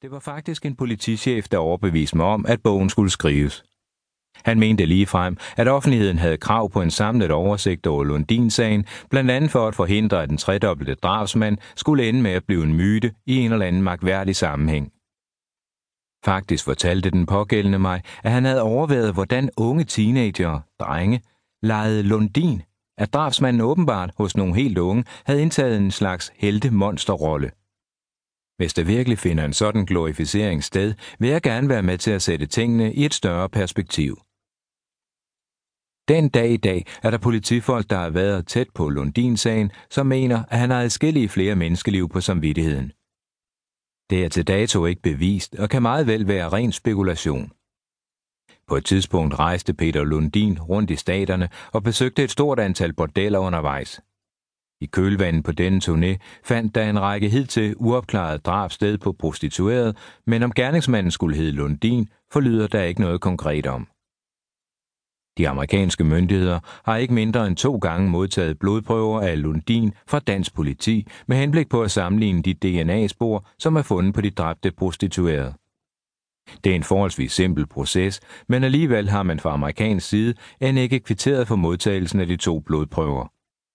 Det var faktisk en politichef, der overbeviste mig om, at bogen skulle skrives. Han mente ligefrem, at offentligheden havde krav på en samlet oversigt over Lundin-sagen, blandt andet for at forhindre, at den tredobbelte drabsmand skulle ende med at blive en myte i en eller anden mærkværdig sammenhæng. Faktisk fortalte den pågældende mig, at han havde overvejet, hvordan unge teenagere, drenge, legede Lundin, at drabsmanden åbenbart hos nogle helt unge havde indtaget en slags heltemonsterrolle. Hvis der virkelig finder en sådan glorificering sted, vil jeg gerne være med til at sætte tingene i et større perspektiv. Den dag i dag er der politifolk, der har været tæt på Lundin-sagen, som mener, at han har adskillige flere menneskeliv på samvittigheden. Det er til dato ikke bevist og kan meget vel være ren spekulation. På et tidspunkt rejste Peter Lundin rundt i staterne og besøgte et stort antal bordeller undervejs. I kølvandet på denne turné fandt der en række hidtil uopklarede drab sted på prostituerede, men om gerningsmanden skulle hedde Lundin, forlyder der ikke noget konkret om. De amerikanske myndigheder har ikke mindre end 2 gange modtaget blodprøver af Lundin fra dansk politi med henblik på at sammenligne de DNA-spor, som er fundet på de dræbte prostituerede. Det er en forholdsvis simpel proces, men alligevel har man fra amerikansk side end ikke kvitteret for modtagelsen af de 2 blodprøver.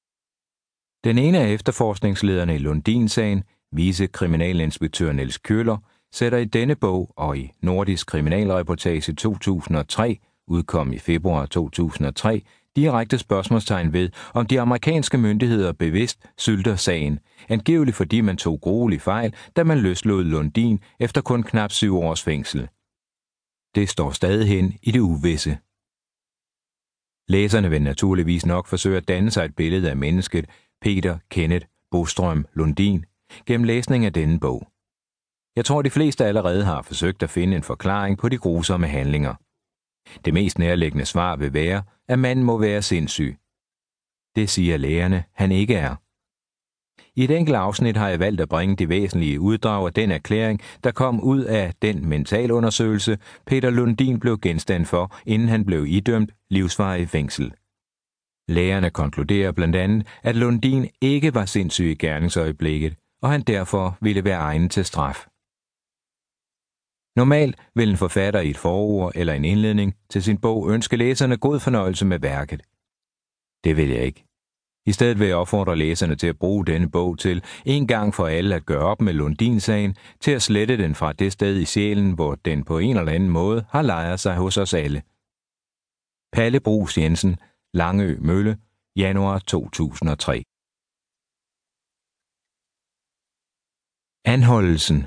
Den ene af efterforskningslederne i Lundin-sagen, vicekriminalinspektør Niels Køller, sætter i denne bog og i Nordisk Kriminalreportage 2003, udkom i februar 2003, direkte spørgsmålstegn ved, om de amerikanske myndigheder bevidst sylter sagen, angiveligt fordi man tog gruelig fejl, da man løslod Lundin efter kun knap 7 års fængsel. Det står stadig hen i det uvisse. Læserne vil naturligvis nok forsøge at danne sig et billede af mennesket Peter Kenneth Bostrøm Lundin gennem læsning af denne bog. Jeg tror, de fleste allerede har forsøgt at finde en forklaring på de grusomme handlinger. Det mest nærliggende svar vil være, at manden må være sindssyg. Det siger lægerne, han ikke er. I et enkelt afsnit har jeg valgt at bringe de væsentlige uddrag af den erklæring, der kom ud af den mentalundersøgelse, Peter Lundin blev genstand for, inden han blev idømt livsvarig fængsel. Lægerne konkluderer blandt andet, at Lundin ikke var sindssyg i gerningsøjeblikket, og han derfor ville være egnet til straf. Normalt vil en forfatter i et forord eller en indledning til sin bog ønske læserne god fornøjelse med værket. Det vil jeg ikke. I stedet vil jeg opfordre læserne til at bruge denne bog til en gang for alle at gøre op med Lundin-sagen, til at slette den fra det sted i sjælen, hvor den på en eller anden måde har lejret sig hos os alle. Palle Bruus Jensen, Langø Mølle, januar 2003. Anholdelsen.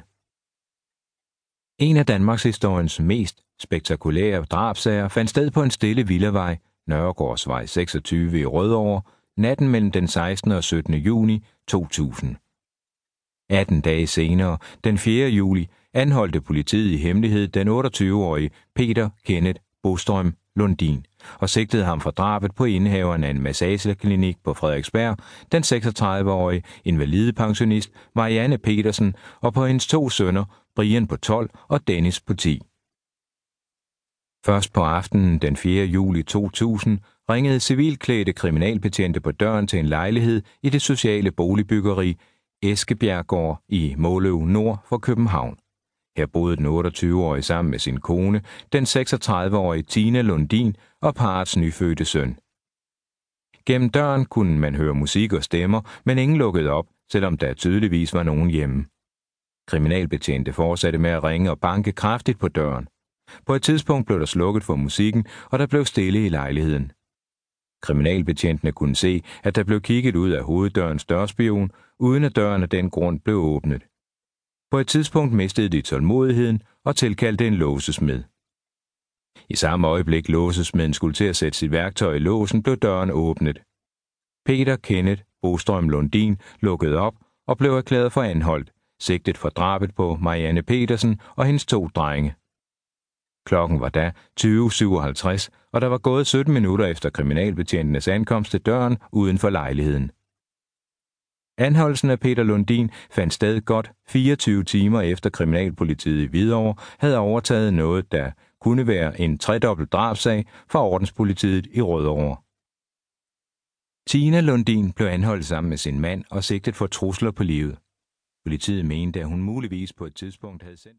En af Danmarkshistoriens mest spektakulære drabsager fandt sted på en stille villavej, Nørregårdsvej 26 i Rødovre, natten mellem den 16. og 17. juni 2000. 18 dage senere, den 4. juli, anholdte politiet i hemmelighed den 28-årige Peter Kenneth Bostrøm Lundin og sigtede ham for drabet på indehaveren af en massageklinik på Frederiksberg, den 36-årige invalidepensionist Marianne Petersen og på hendes 2 sønner, Brian på 12 og Dennis på 10. Først på aftenen den 4. juli 2000 ringede civilklædte kriminalbetjente på døren til en lejlighed i det sociale boligbyggeri Eskebjerggård i Måløv Nord for København. Her boede den 28-årige sammen med sin kone, den 36-årige Tina Lundin og parrets nyfødte søn. Gennem døren kunne man høre musik og stemmer, men ingen lukkede op, selvom der tydeligvis var nogen hjemme. Kriminalbetjente fortsatte med at ringe og banke kraftigt på døren. På et tidspunkt blev der slukket for musikken, og der blev stille i lejligheden. Kriminalbetjentene kunne se, at der blev kigget ud af hoveddørens dørspion, uden at døren af den grund blev åbnet. På et tidspunkt mistede de tålmodigheden og tilkaldte en låsesmed. I samme øjeblik låsesmeden skulle til at sætte sit værktøj i låsen, blev døren åbnet. Peter Kenneth Bostrøm Lundin lukkede op og blev erklæret for anholdt, sigtet for drabet på Marianne Petersen og hendes 2 drenge. Klokken var da 20:57, og der var gået 17 minutter efter kriminalbetjentenes ankomst til døren uden for lejligheden. Anholdelsen af Peter Lundin fandt sted godt 24 timer efter kriminalpolitiet i Hvidovre havde overtaget noget, der kunne være en 3-dobbelt drabsag fra ordenspolitiet i Rødovre. Tina Lundin blev anholdt sammen med sin mand og sigtet for trusler på livet. Politiet mente, at hun muligvis på et tidspunkt havde sendt